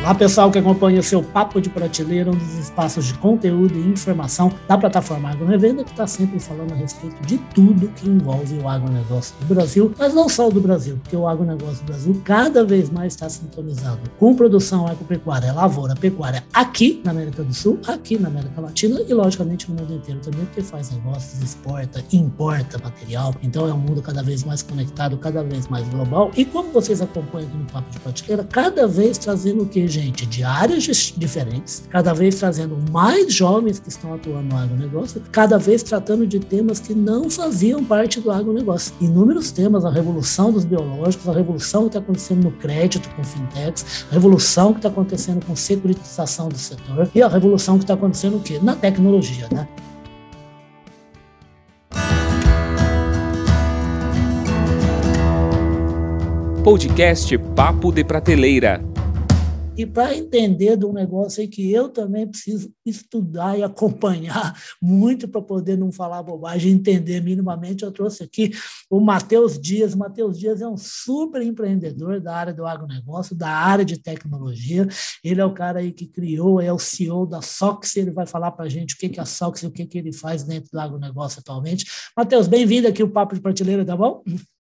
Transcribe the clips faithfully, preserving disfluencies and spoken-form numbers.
Olá, pessoal que acompanha o seu Papo de Prateleira, um dos espaços de conteúdo e informação da plataforma AgroRevenda, que está sempre falando a respeito de tudo que envolve o agronegócio do Brasil, mas não só o do Brasil, porque o agronegócio do Brasil cada vez mais está sintonizado com produção agropecuária, lavoura, pecuária aqui na América do Sul, aqui na América Latina e, logicamente, no mundo inteiro também, porque faz negócios, exporta, importa material. Então, é um mundo cada vez mais conectado, cada vez mais global. E como vocês acompanham aqui no Papo de Prateleira, cada vez trazendo o que, gente, de áreas diferentes, cada vez trazendo mais jovens que estão atuando no agronegócio, cada vez tratando de temas que não faziam parte do agronegócio. Inúmeros temas, a revolução dos biológicos, a revolução que está acontecendo no crédito com fintechs, a revolução que está acontecendo com securitização do setor e a revolução que está acontecendo o quê? Na tecnologia, né? Podcast Papo de Prateleira. E para entender de um negócio aí que eu também preciso estudar e acompanhar muito para poder não falar bobagem e entender minimamente, eu trouxe aqui o Matheus Dias. O Matheus Dias é um super empreendedor da área do agronegócio, da área de tecnologia. Ele é o cara aí que criou, é o C E O da Sox. Ele vai falar para a gente o que é a Sox e o que ele faz dentro do agronegócio atualmente. Matheus, bem-vindo aqui ao Papo de Prateleira, tá bom?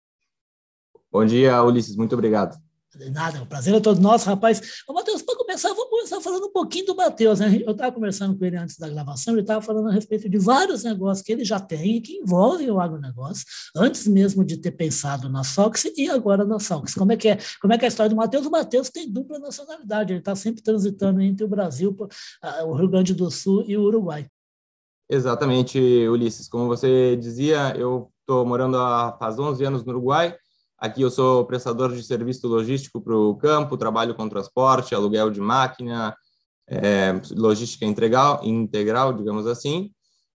Bom dia, Ulisses. Muito obrigado. Nada, o prazer é todo nosso, rapaz. Ô, Matheus, para começar, vamos começar falando um pouquinho do Matheus, né? Eu estava conversando com ele antes da gravação, ele estava falando a respeito de vários negócios que ele já tem e que envolvem o agronegócio, antes mesmo de ter pensado na Sox e agora na Sox. Como é que é? Como é que é a história do Matheus? O Matheus tem dupla nacionalidade, ele está sempre transitando entre o Brasil, o Rio Grande do Sul e o Uruguai. Exatamente, Ulisses. Como você dizia, eu estou morando há faz onze anos no Uruguai. Aqui eu sou prestador de serviço logístico para o campo, trabalho com transporte, aluguel de máquina, é, logística integral, integral, digamos assim.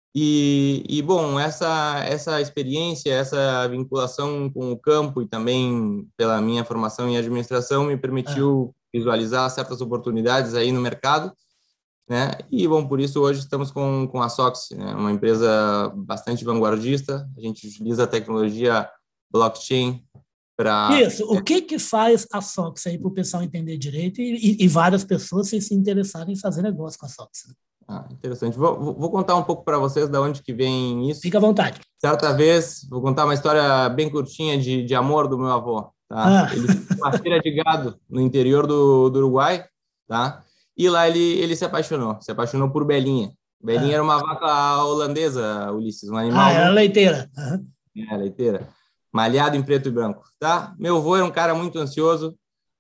E, e, bom, essa, essa experiência, essa vinculação com o campo e também pela minha formação em administração me permitiu é. visualizar certas oportunidades aí no mercado, né? E, bom, por isso hoje estamos com, com a Sox, né? Uma empresa bastante vanguardista. A gente utiliza a tecnologia blockchain. Pra... Isso, o que que faz a Sox aí para o pessoal entender direito e, e, e várias pessoas se, se interessarem em fazer negócio com a Sox? Né? Ah, interessante. Vou, vou contar um pouco para vocês de onde que vem isso. Fica à vontade. Certa vez, vou contar uma história bem curtinha de, de amor do meu avô. Tá? Ah. Ele tinha uma feira de gado no interior do, do Uruguai, tá? E lá ele, ele se apaixonou, se apaixonou por Belinha. Belinha ah. era uma vaca holandesa, Ulisses, um animal... Ah, era leiteira. Uhum. É, leiteira. Malhado em preto e branco, tá? Meu avô era um cara muito ansioso,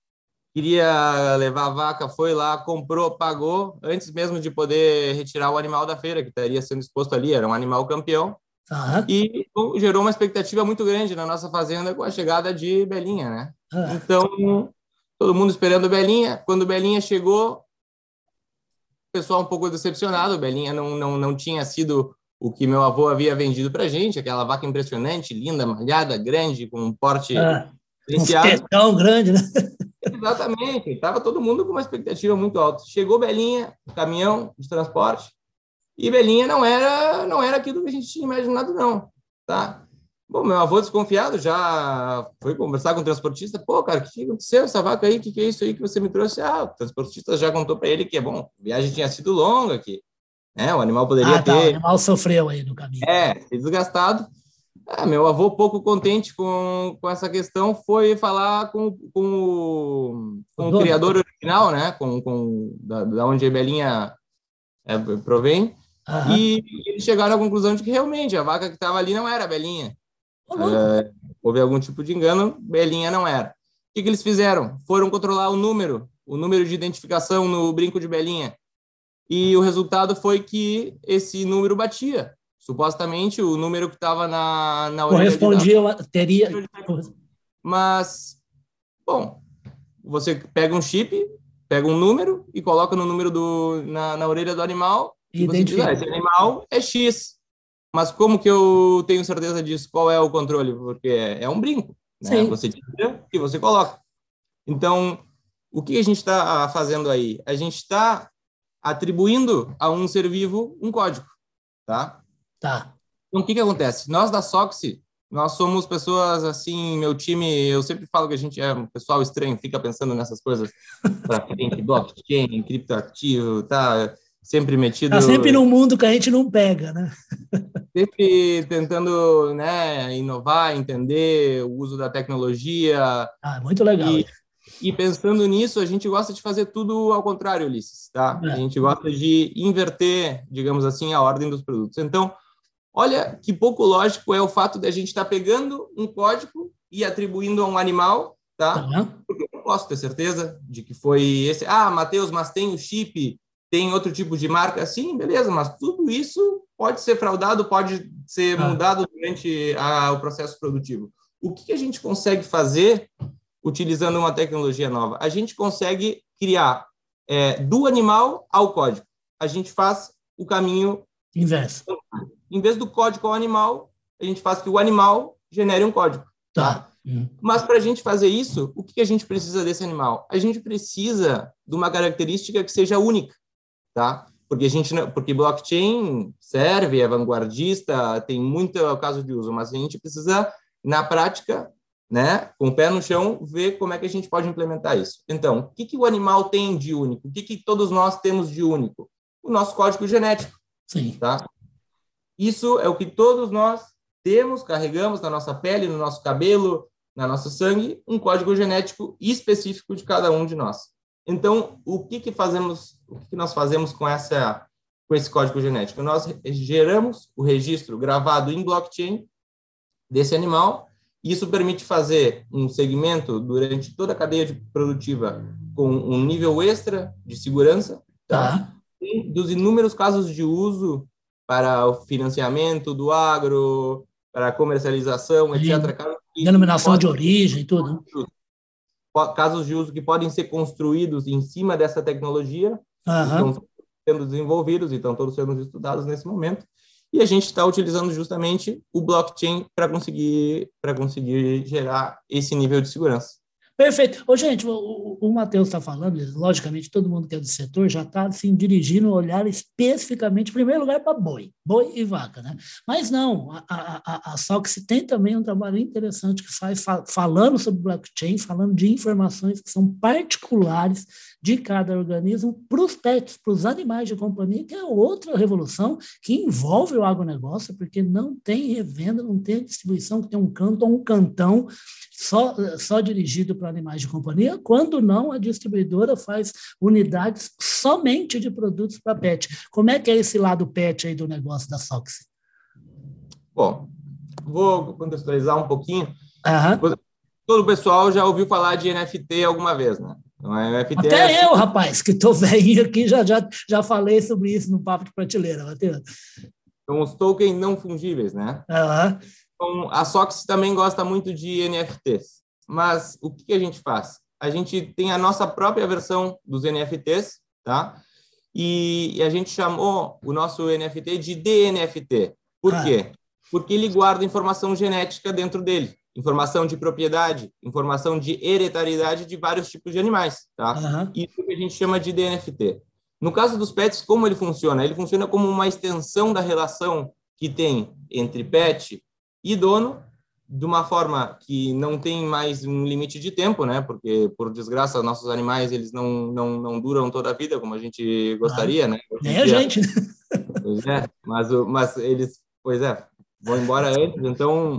queria levar a vaca, foi lá, comprou, pagou, antes mesmo de poder retirar o animal da feira, que estaria sendo exposto ali, era um animal campeão, uhum. E bom, gerou uma expectativa muito grande na nossa fazenda com a chegada de Belinha, né? Uhum. Então, todo mundo esperando Belinha, quando Belinha chegou, o pessoal um pouco decepcionado, Belinha não, não, não tinha sido... o que meu avô havia vendido para a gente, aquela vaca impressionante, linda, malhada, grande, com um porte ah, diferenciado. Um tão grande, né? Exatamente. Estava todo mundo com uma expectativa muito alta. Chegou Belinha, caminhão de transporte, e Belinha não era, não era aquilo que a gente tinha imaginado, não. Tá? Bom, meu avô desconfiado já foi conversar com o transportista. Pô, cara, o que aconteceu essa vaca aí? O que, que é isso aí que você me trouxe? Ah, o transportista já contou para ele que é bom. A viagem tinha sido longa aqui. É, o animal poderia ah, tá, ter... o animal sofreu aí no caminho. É, desgastado. Ah, meu avô, pouco contente com, com essa questão, foi falar com, com o, com o criador original, né? Com, com, da, da onde a Belinha é, provém. Aham. E eles chegaram à conclusão de que realmente a vaca que estava ali não era a Belinha. É, houve algum tipo de engano, Belinha não era. O que, que eles fizeram? Foram controlar o número, o número de identificação no brinco de Belinha. E o resultado foi que esse número batia. Supostamente, o número que estava na, na orelha... Correspondia, da... teria... Mas, bom, você pega um chip, pega um número e coloca no número do, na, na orelha do animal e, e você diz, ah, esse animal é X. Mas como que eu tenho certeza disso? Qual é o controle? Porque é, é um brinco, né? Você tira e você coloca. Então, o que a gente está fazendo aí? A gente está atribuindo a um ser vivo um código, tá? Tá. Então, o que que acontece? Nós da Soxy, Nós somos pessoas, assim, meu time, eu sempre falo que a gente é um pessoal estranho, fica pensando nessas coisas para frente, blockchain, criptoativo, tá sempre Tá sempre metido, num mundo que a gente não pega, né? sempre tentando, né, inovar, entender o uso da tecnologia Ah, muito legal e, isso. e pensando nisso, a gente gosta de fazer tudo ao contrário, Ulisses, tá? A É. gente gosta de inverter, digamos assim, a ordem dos produtos. Então, olha que pouco lógico é o fato de a gente estar pegando um código e atribuindo a um animal, tá? Tá. Porque eu não posso ter certeza de que foi esse. Ah, Matheus, mas tem o chip, tem outro tipo de marca. Sim, beleza, mas tudo isso pode ser fraudado, pode ser Tá. mudado durante a, o processo produtivo. O que a gente consegue fazer utilizando uma tecnologia nova? A gente consegue criar é, do animal ao código. A gente faz o caminho Inverso. em vez do código ao animal, a gente faz que o animal genere um código, Tá. tá? Hum. Mas para a gente fazer isso, o que a gente precisa desse animal? A gente precisa de uma característica que seja única, tá? Porque a gente, porque blockchain serve, é vanguardista, tem muito caso de uso, mas a gente precisa na prática, né, com o pé no chão, ver como é que a gente pode implementar isso. Então, o que que o animal tem de único? O que que todos nós temos de único? O nosso código genético, Sim. tá? Isso é o que todos nós temos, carregamos na nossa pele, no nosso cabelo, na nosso sangue, um código genético específico de cada um de nós. Então, o que que fazemos, o que que nós fazemos com essa com esse código genético? Nós geramos o registro gravado em blockchain desse animal, e isso permite fazer um segmento durante toda a cadeia produtiva com um nível extra de segurança, tá? Tá. E dos inúmeros casos de uso para o financiamento do agro, para a comercialização, etcétera. Casos Denominação de origem e tudo. Casos de uso que podem ser construídos em cima dessa tecnologia, Uhum. estão sendo desenvolvidos e estão todos sendo estudados nesse momento. E a gente está utilizando justamente o blockchain para conseguir, para conseguir gerar esse nível de segurança. Perfeito. Ô, gente, o, o Matheus está falando, logicamente, todo mundo que é do setor já está assim, dirigindo o olhar especificamente, em primeiro lugar, para boi, boi e vaca, né? Mas não, a, a, a Sox tem também um trabalho interessante que faz fa falando sobre blockchain, falando de informações que são particulares de cada organismo para os pets, para os animais de companhia, que é outra revolução que envolve o agronegócio, porque não tem revenda, não tem distribuição, que tem um canto ou um cantão só, só dirigido para animais de companhia, quando não, a distribuidora faz unidades somente de produtos para pet. Como é que é esse lado pet aí do negócio da Sox? Bom, vou contextualizar um pouquinho. Aham. Todo o pessoal já ouviu falar de N F T alguma vez, né? Então, N F T Até é assim... eu, rapaz, que estou velhinho aqui, já, já, já falei sobre isso no Papo de Prateleira, Matheus. São os tokens não fungíveis, né? Aham. Então, a Sox também gosta muito de N F Ts. Mas o que a gente faz? A gente tem a nossa própria versão dos N F Ts, tá? E a gente chamou o nosso N F T de D N F T. Por Ah. quê? Porque ele guarda informação genética dentro dele. Informação de propriedade, informação de hereditariedade de vários tipos de animais, tá? Uhum. Isso que a gente chama de D N F T. No caso dos pets, como ele funciona? Ele funciona como uma extensão da relação que tem entre pet e dono, de uma forma que não tem mais um limite de tempo, né? Porque, por desgraça, nossos animais, eles não, não, não duram toda a vida, como a gente gostaria, né? Hoje Nem a dia, gente. Pois é, mas, mas eles, pois é, vão embora antes, então...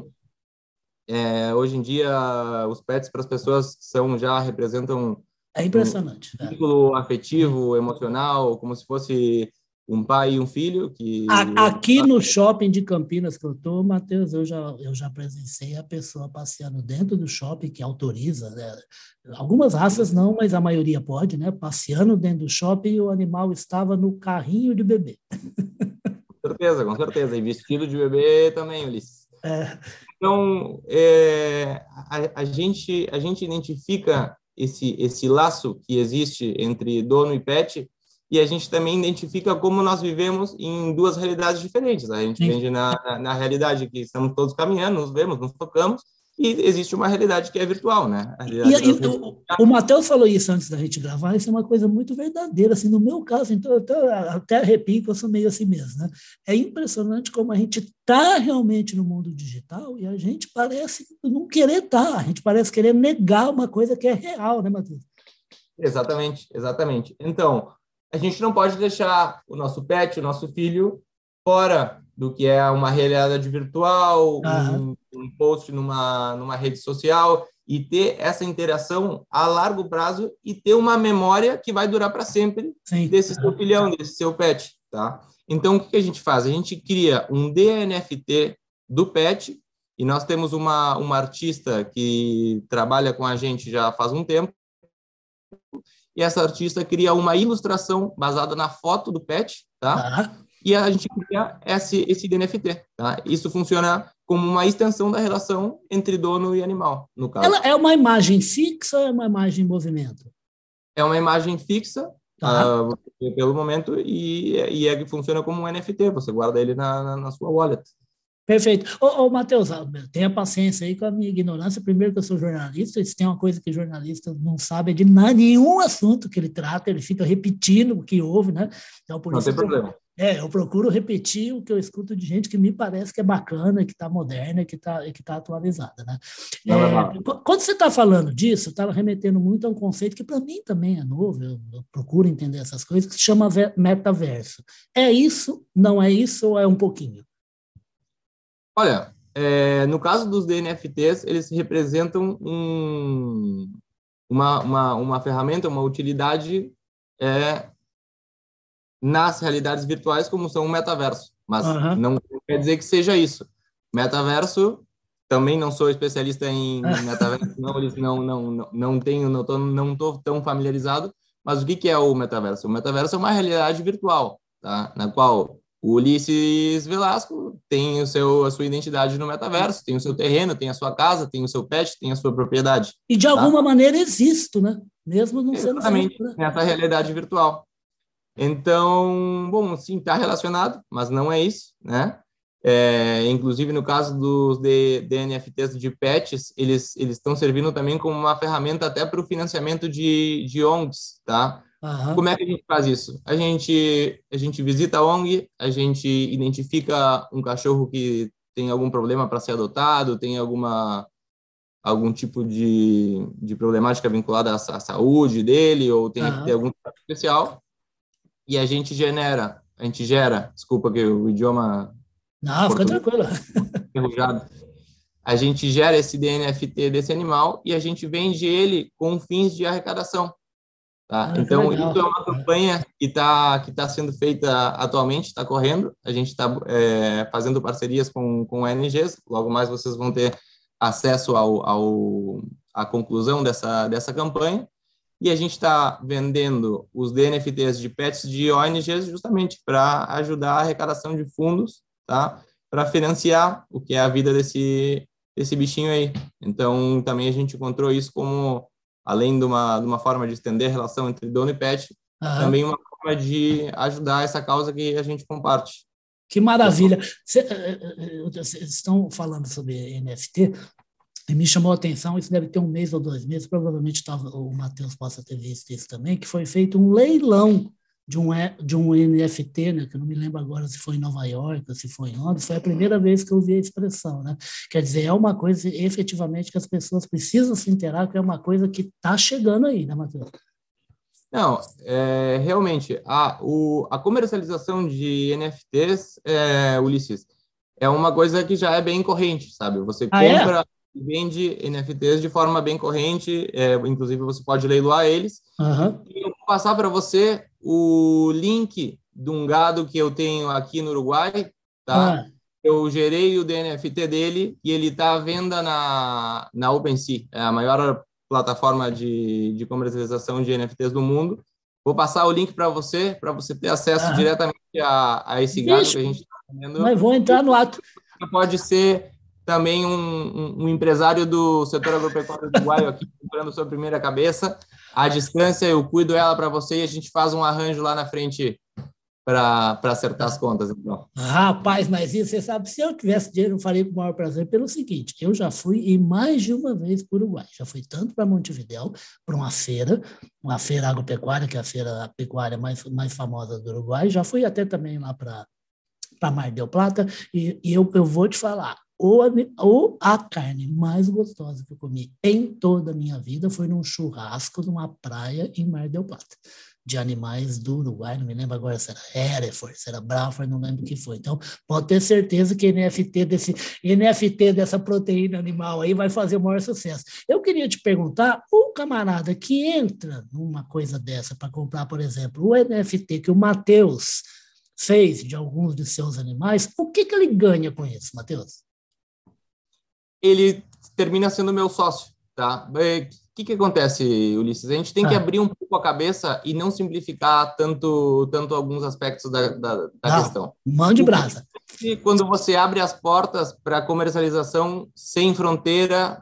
É, hoje em dia, os pets para as pessoas são já representam É impressionante. um vínculo afetivo, emocional, como se fosse um pai e um filho. Que Aqui no shopping de Campinas que eu estou, Matheus, eu já, eu já presenciei a pessoa passeando dentro do shopping, que autoriza, né? Algumas raças não, mas a maioria pode, né? Passeando dentro do shopping e o animal estava no carrinho de bebê. Com certeza, com certeza. E vestido de bebê também, Ulisses. É. Então, é, a, a, gente, a gente identifica esse, esse laço que existe entre dono e pet, e a gente também identifica como nós vivemos em duas realidades diferentes. A gente vive na, na, na realidade que estamos todos caminhando, nos vemos, nos tocamos, e existe uma realidade que é virtual, né? A E, realidade e, o, o Matheus falou isso antes da gente gravar, isso é uma coisa muito verdadeira, assim, no meu caso, então eu até, até arrepio que eu sou meio assim mesmo, né? É impressionante como a gente está realmente no mundo digital e a gente parece não querer estar, a gente parece querer negar uma coisa que é real, né, Matheus? Exatamente, exatamente. Então, a gente não pode deixar o nosso pet, o nosso filho, fora do que é uma realidade virtual, um, um post numa, numa rede social, e ter essa interação a largo prazo e ter uma memória que vai durar para sempre Sim. desse seu filhão, desse seu pet, tá? Então, o que a gente faz? A gente cria um D N F T do pet, e nós temos uma, uma artista que trabalha com a gente já faz um tempo, e essa artista cria uma ilustração baseada na foto do pet, tá? Tá. E a gente cria esse, esse D N F T, tá? Isso funciona como uma extensão da relação entre dono e animal, no caso. Ela é uma imagem fixa ou é uma imagem em movimento? É uma imagem fixa, Tá. uh, pelo momento, e, e é que funciona como um N F T, você guarda ele na, na, na sua wallet. Perfeito. Ô, ô Matheus, tenha paciência aí com a minha ignorância. Primeiro que eu sou jornalista, se tem uma coisa que jornalista não sabe é de nada, nenhum assunto que ele trata, ele fica repetindo o que ouve, né? Então, por não isso tem problema. É, eu procuro repetir o que eu escuto de gente que me parece que é bacana, que está moderna, que está que tá atualizada, né? É, quando você está falando disso, eu estava remetendo muito a um conceito que para mim também é novo, eu, eu procuro entender essas coisas, que se chama metaverso. É isso, não é isso ou é um pouquinho? Olha, é, no caso dos D N F Ts, eles representam um, uma, uma, uma ferramenta, uma utilidade é, nas realidades virtuais, como são o metaverso. Mas uhum. não quer dizer que seja isso. Metaverso, também não sou especialista em metaverso, não, eles não, não, não, não tenho, não estou não tô tão familiarizado, mas o que, que é o metaverso? O metaverso é uma realidade virtual, tá? Na qual o Ulisses Velasco tem o seu, a sua identidade no metaverso, tem o seu terreno, tem a sua casa, tem o seu pet, tem a sua propriedade. E de tá? alguma maneira existo, né? Mesmo não sendo Exatamente, né? Nessa realidade virtual. Então, bom, sim, está relacionado, mas não é isso, né? É, inclusive, no caso dos D N F Ts de pets, eles eles estão servindo também como uma ferramenta até para o financiamento de, de O N Gs, tá? Uhum. Como é que a gente faz isso? A gente, a gente visita a O N G, a gente identifica um cachorro que tem algum problema para ser adotado, tem alguma, algum tipo de, de problemática vinculada à, à saúde dele, ou tem uhum. que ter algum tratamento especial, e a gente genera, a gente gera, desculpa que o idioma... Não, fica tranquilo. Enferrujado. A gente gera esse D N F T desse animal e a gente vende ele com fins de arrecadação. Tá? Ah, então, isso é uma campanha que está que tá sendo feita atualmente, está correndo. A gente está é, fazendo parcerias com, com O N Gs. Logo mais vocês vão ter acesso ao, ao, à conclusão dessa, dessa campanha. E a gente está vendendo os D N F Ts de pets de O N Gs justamente para ajudar a arrecadação de fundos, tá? Para financiar o que é a vida desse, desse bichinho aí. Então, também a gente encontrou isso como, além de uma, de uma forma de estender a relação entre dono e pet, uhum. também uma forma de ajudar essa causa que a gente comparte. Que maravilha! Vocês estão falando sobre N F T, e me chamou a atenção, isso deve ter um mês ou dois meses, provavelmente tava, o Matheus possa ter visto isso também, que foi feito um leilão de um, de um N F T, né, que eu não me lembro agora se foi em Nova York ou se foi em Londres, foi a primeira vez que eu ouvi a expressão, né? Quer dizer, é uma coisa efetivamente que as pessoas precisam se inteirar, que é uma coisa que está chegando aí, né, Matheus? Não, é, realmente, a, o, a comercialização de N F Ts, é, Ulisses, é uma coisa que já é bem corrente, sabe? Você ah, compra... É? vende N F Ts de forma bem corrente, é, inclusive você pode leiloar eles. Uhum. E eu vou passar para você o link de um gado que eu tenho aqui no Uruguai, tá? Ah. Eu gerei o D N F T dele e ele está à venda na, na OpenSea, é a maior plataforma de, de comercialização de N F Ts do mundo. Vou passar o link para você, para você ter acesso ah. diretamente a, a esse gado Bicho, que a gente está vendendo. Mas vou entrar no ato. Pode ser também um, um, um empresário do setor agropecuário uruguaio aqui comprando sua primeira cabeça. À distância, eu cuido ela para você e a gente faz um arranjo lá na frente para acertar as contas, então. Rapaz, mas isso, você sabe, se eu tivesse dinheiro, eu faria com o maior prazer pelo seguinte, eu já fui em mais de uma vez para o Uruguai, já fui tanto para Montevidéu, para uma feira, uma feira agropecuária, que é a feira a pecuária mais, mais famosa do Uruguai, já fui até também lá para Mar del Plata, e, e eu, eu vou te falar, ou a, ou a carne mais gostosa que eu comi em toda a minha vida foi num churrasco numa praia em Mar del Plata, de animais do Uruguai, não me lembro agora se era Hereford, se era Braufer, não lembro o que foi. Então, pode ter certeza que N F T desse N F T dessa proteína animal aí vai fazer o maior sucesso. Eu queria te perguntar, o camarada que entra numa coisa dessa para comprar, por exemplo, o N F T que o Matheus fez de alguns de seus animais, o que, que ele ganha com isso, Matheus? Ele termina sendo meu sócio, tá? O que, que acontece, Ulisses? A gente tem ah. que abrir um pouco a cabeça e não simplificar tanto, tanto alguns aspectos da, da, da não, questão. Mande brasa. Quando você abre as portas para comercialização sem fronteira,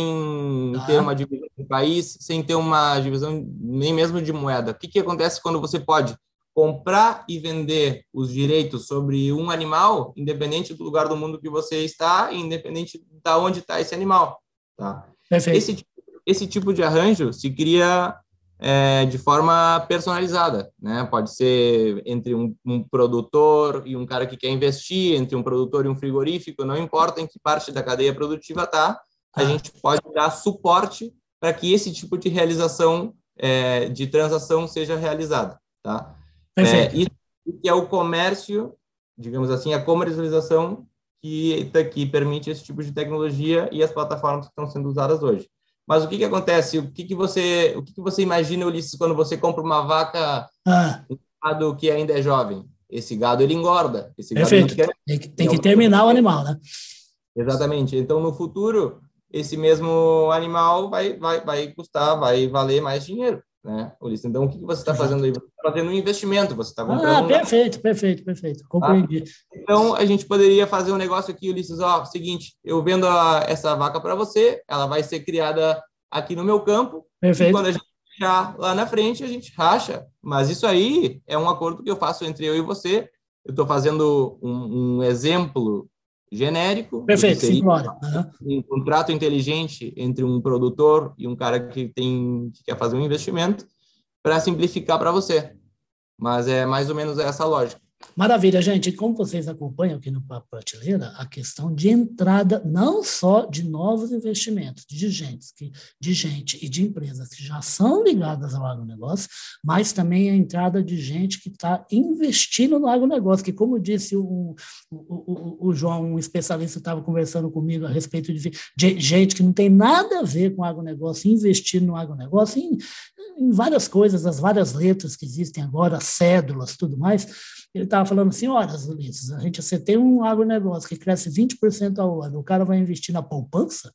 sem ah. ter uma divisão de país, sem ter uma divisão nem mesmo de moeda, o que, que acontece quando você pode comprar e vender os direitos sobre um animal, independente do lugar do mundo que você está, independente de onde está esse animal, tá? Perfeito. Esse, esse tipo de arranjo se cria é, de forma personalizada, né? Pode ser entre um, um produtor e um cara que quer investir, entre um produtor e um frigorífico, não importa em que parte da cadeia produtiva está, a ah. gente pode dar suporte para que esse tipo de realização, é, de transação seja realizada, tá? É, isso que é o comércio, digamos assim, a comercialização que, que permite esse tipo de tecnologia e as plataformas que estão sendo usadas hoje. Mas o que, que acontece? O que, que você, o que, que você imagina, Ulisses, quando você compra uma vaca, ah. um gado que ainda é jovem? Esse gado, ele engorda. Esse Perfeito. Gado, quer... Tem que, tem que terminar o animal, né? Exatamente. Então, no futuro, esse mesmo animal vai, vai, vai custar, vai valer mais dinheiro. Né, Ulisses? Então, o que você está fazendo aí? Você está fazendo um investimento, você está comprando... Ah, perfeito, um... perfeito, perfeito, compreendi. Tá? Então, a gente poderia fazer um negócio aqui, Ulisses, ó, seguinte, eu vendo a, essa vaca para você, ela vai ser criada aqui no meu campo, perfeito. E quando a gente achar lá na frente, a gente racha, mas isso aí é um acordo que eu faço entre eu e você, eu estou fazendo um, um exemplo genérico. Perfeito, simplório. Uhum. Um contrato inteligente entre um produtor e um cara que, tem, que quer fazer um investimento para simplificar para você. Mas é mais ou menos essa a lógica. Maravilha, gente. E como vocês acompanham aqui no Papo Prateleira, a questão de entrada não só de novos investimentos, de gente, que, de gente e de empresas que já são ligadas ao agronegócio, mas também a entrada de gente que está investindo no agronegócio, que como disse o, o, o, o João, um especialista estava conversando comigo a respeito de, de gente que não tem nada a ver com o agronegócio, investir no agronegócio, em, em várias coisas, as várias letras que existem agora, cédulas, tudo mais. Ele estava falando assim, olha, Ulisses, a gente, você tem um agronegócio que cresce vinte por cento ao ano, o cara vai investir na poupança?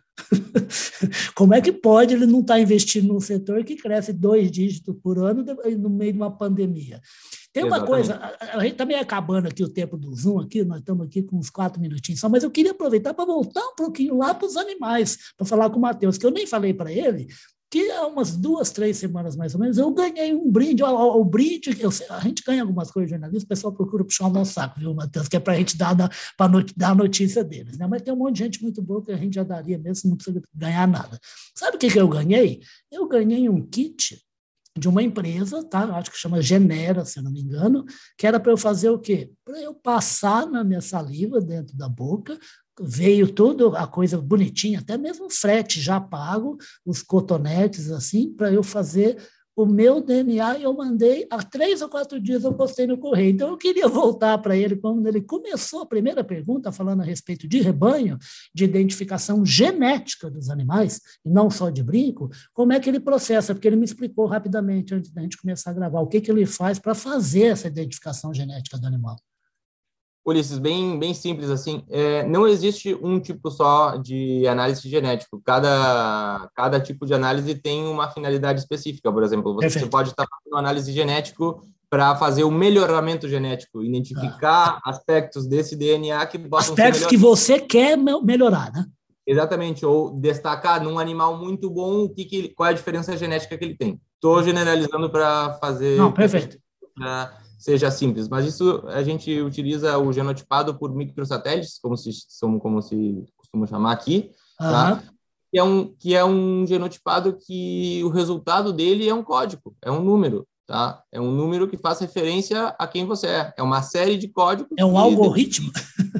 Como é que pode ele não estar tá investindo num setor que cresce dois dígitos por ano no meio de uma pandemia? Tem uma Exatamente. coisa, a, a gente está meio acabando aqui o tempo do Zoom, aqui, nós estamos aqui com uns quatro minutinhos só, mas eu queria aproveitar para voltar um pouquinho lá para os animais, para falar com o Matheus, que eu nem falei para ele, que há umas duas, três semanas mais ou menos, eu ganhei um brinde, o, o, o brinde, eu, a gente ganha algumas coisas de jornalismo, o pessoal procura puxar o nosso saco, viu, Matheus, que é para a gente dar, para dar a notícia deles, né? Mas tem um monte de gente muito boa que a gente já daria mesmo, não precisa ganhar nada. Sabe o que, que eu ganhei? Eu ganhei um kit de uma empresa, tá? Acho que chama Genera, se eu não me engano, que era para eu fazer o quê? Para eu passar na minha saliva dentro da boca, veio tudo, a coisa bonitinha, até mesmo o frete já pago, os cotonetes assim, para eu fazer o meu D N A, e eu mandei, há três ou quatro dias eu postei no correio. Então eu queria voltar para ele, quando ele começou a primeira pergunta, falando a respeito de rebanho, de identificação genética dos animais, e não só de brinco, como é que ele processa, porque ele me explicou rapidamente, antes da gente começar a gravar, o que, que ele faz para fazer essa identificação genética do animal. Ulisses, bem, bem simples assim, é, não existe um tipo só de análise genético, cada, cada tipo de análise tem uma finalidade específica, por exemplo, você Perfeito. pode estar fazendo uma análise genético para fazer o melhoramento genético, identificar ah. aspectos desse D N A que possam aspectos ser que você quer melhorar, né? Exatamente, ou destacar num animal muito bom, o que que, qual é a diferença genética que ele tem. Estou generalizando para fazer... Não, perfeito. Pra seja simples, mas isso a gente utiliza o genotipado por microsatélites, como se, como se costuma chamar aqui, tá? Aham. Que é um, que é um genotipado que o resultado dele é um código, é um número, tá? É um número que faz referência a quem você é. É uma série de códigos É um que... algoritmo?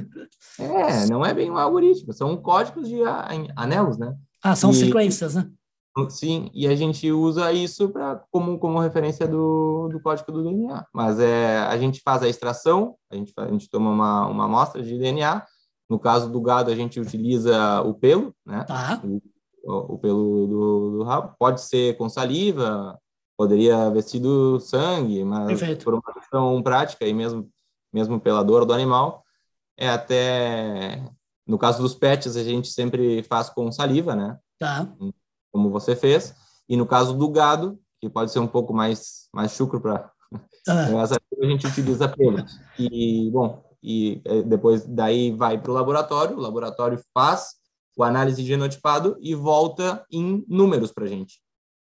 É, não é bem um algoritmo, são códigos de a- anelos, né? Ah, são E, sequências, né? sim, e a gente usa isso pra, como, como referência do, do código do D N A. Mas é, a gente faz a extração, a gente, faz, a gente toma uma, uma amostra de D N A. No caso do gado, a gente utiliza o pelo, né? Tá, O, o pelo do, do rabo. Pode ser com saliva, poderia haver sido sangue, mas perfeito. por uma questão prática e mesmo, mesmo pela dor do animal, é até... No caso dos pets, a gente sempre faz com saliva, né? Tá. Como você fez, e no caso do gado, que pode ser um pouco mais, mais chucro para Ah, a gente utiliza pelos. E, bom, e depois daí vai para o laboratório, o laboratório faz o análise de genotipado e volta em números para a gente.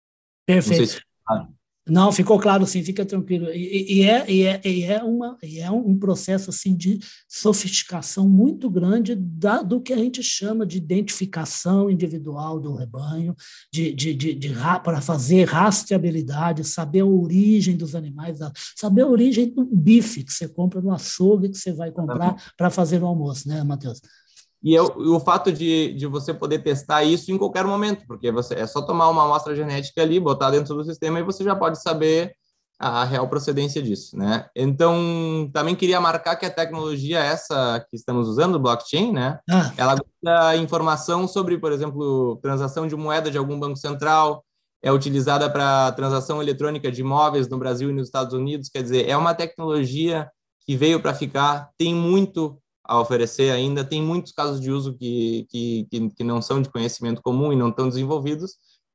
Não sei perfeito. se... Não, ficou claro, sim, fica tranquilo. E, e é, e, é, e, é uma, e é um processo assim, de sofisticação muito grande da, do que a gente chama de identificação individual do rebanho, de, de, de, de, para fazer rastreabilidade, saber a origem dos animais, saber a origem do bife que você compra no açougue, que você vai comprar para fazer no almoço, né, Matheus? E eu, o fato de, de você poder testar isso em qualquer momento, porque você é só tomar uma amostra genética ali, botar dentro do sistema e você já pode saber a real procedência disso, né? Então, também queria marcar que a tecnologia essa que estamos usando, o blockchain, né? Ah, Ela dá informação sobre, por exemplo, transação de moeda de algum banco central, é utilizada para transação eletrônica de imóveis no Brasil e nos Estados Unidos, quer dizer, é uma tecnologia que veio para ficar, tem muito a oferecer ainda, tem muitos casos de uso que, que, que, que não são de conhecimento comum e não estão desenvolvidos,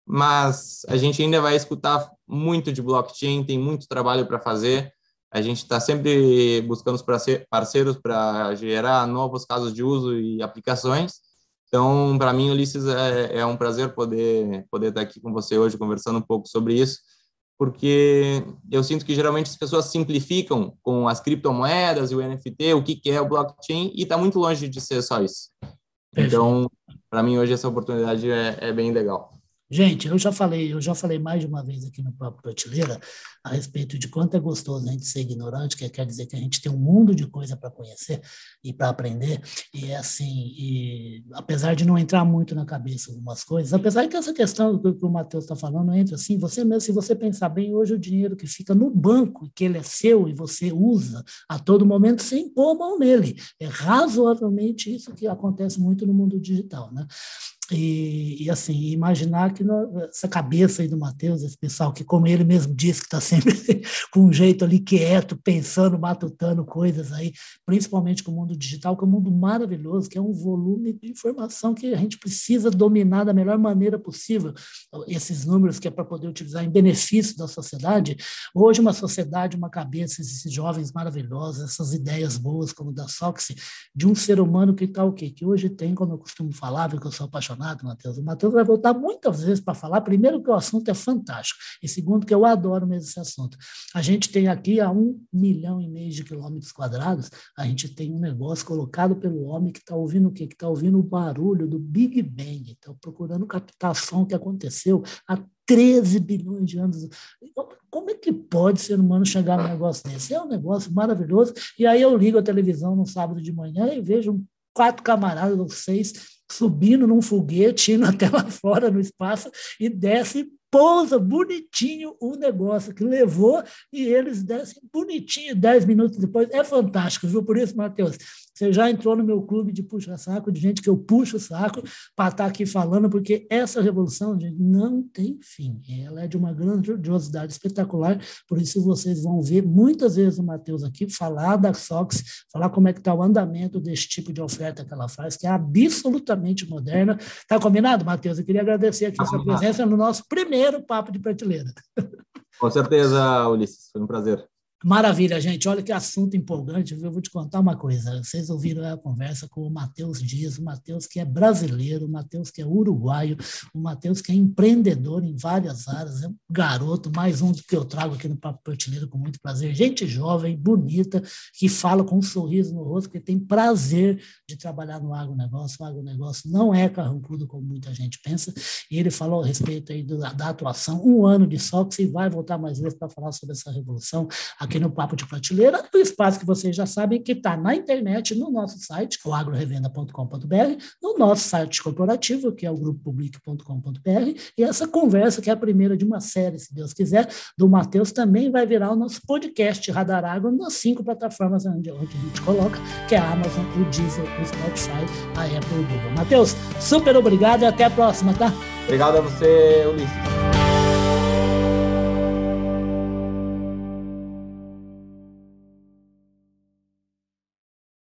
mas a gente ainda vai escutar muito de blockchain, tem muito trabalho para fazer, a gente está sempre buscando os parceiros para gerar novos casos de uso e aplicações. Então, para mim, Ulisses, é, é um prazer poder, poder estar aqui com você hoje, conversando um pouco sobre isso, porque eu sinto que geralmente as pessoas simplificam com as criptomoedas e o N F T, o que, que é o blockchain, e está muito longe de ser só isso. perfeito. Então, para mim, hoje essa oportunidade é, é bem legal. Gente, eu já falei, eu já falei mais de uma vez aqui no Papo Prateleira a respeito de quanto é gostoso a gente ser ignorante, que quer dizer que a gente tem um mundo de coisa para conhecer e para aprender. E é assim, e, apesar de não entrar muito na cabeça algumas coisas, apesar que essa questão que, que o Matheus está falando entra assim, você mesmo, se você pensar bem, hoje o dinheiro que fica no banco, que ele é seu e você usa a todo momento sem pôr a mão nele. É razoavelmente isso que acontece muito no mundo digital, né? E, e, assim, imaginar que no, essa cabeça aí do Matheus, esse pessoal que, como ele mesmo disse, que está sempre com um jeito ali quieto, pensando, matutando coisas aí, principalmente com o mundo digital, que é um mundo maravilhoso, que é um volume de informação que a gente precisa dominar da melhor maneira possível, esses números que é para poder utilizar em benefício da sociedade. Hoje uma sociedade, uma cabeça, esses jovens maravilhosos, essas ideias boas como da Soxy, de um ser humano que está o quê? Que hoje tem, como eu costumo falar, porque eu sou apaixonado, Matheus. O Matheus vai voltar muitas vezes para falar, primeiro, que o assunto é fantástico, e segundo, que eu adoro mesmo esse assunto. A gente tem aqui a um milhão e meio de quilômetros quadrados, a gente tem um negócio colocado pelo homem que está ouvindo o quê? Que está ouvindo o barulho do Big Bang, está procurando captar som que aconteceu há treze bilhões de anos. Como é que pode ser humano chegar num negócio desse? É um negócio maravilhoso. E aí eu ligo a televisão no sábado de manhã e vejo quatro camaradas ou seis subindo num foguete, indo até lá fora no espaço e desce, pousa bonitinho o negócio que levou e eles descem bonitinho dez minutos depois. É fantástico, viu? Por isso, Matheus, você já entrou no meu clube de puxa-saco, de gente que eu puxo o saco para estar aqui falando, porque essa revolução, gente, não tem fim. Ela é de uma grandiosidade espetacular, por isso vocês vão ver muitas vezes o Matheus aqui falar da Soxy, falar como é que está o andamento desse tipo de oferta que ela faz, que é absolutamente moderna. Está combinado, Matheus? Eu queria agradecer aqui a sua presença no nosso primeiro Papo de Prateleira. Com certeza, Ulisses, foi um prazer. Maravilha, gente. Olha que assunto empolgante. Eu vou te contar uma coisa. Vocês ouviram a conversa com o Matheus Dias, o Matheus que é brasileiro, o Matheus que é uruguaio, o Matheus que é empreendedor em várias áreas, é um garoto, mais um que eu trago aqui no Papo Prateleira com muito prazer. Gente jovem, bonita, que fala com um sorriso no rosto, que tem prazer de trabalhar no agronegócio. O agronegócio não é carrancudo como muita gente pensa. E ele falou a respeito aí da, da atuação, um ano de Sox, e vai voltar mais vezes para falar sobre essa revolução aqui no Papo de Prateleira, o espaço que vocês já sabem que está na internet, no nosso site, que é o agro revenda ponto com ponto b r, no nosso site corporativo, que é o grupo public ponto com ponto b r, e essa conversa, que é a primeira de uma série, se Deus quiser, do Matheus, também vai virar o nosso podcast Radar Agro nas cinco plataformas onde, onde a gente coloca, que é a Amazon, o Deezer, o Spotify, a Apple e o Google. Matheus, super obrigado e até a próxima, tá? Obrigado a você, Ulisses.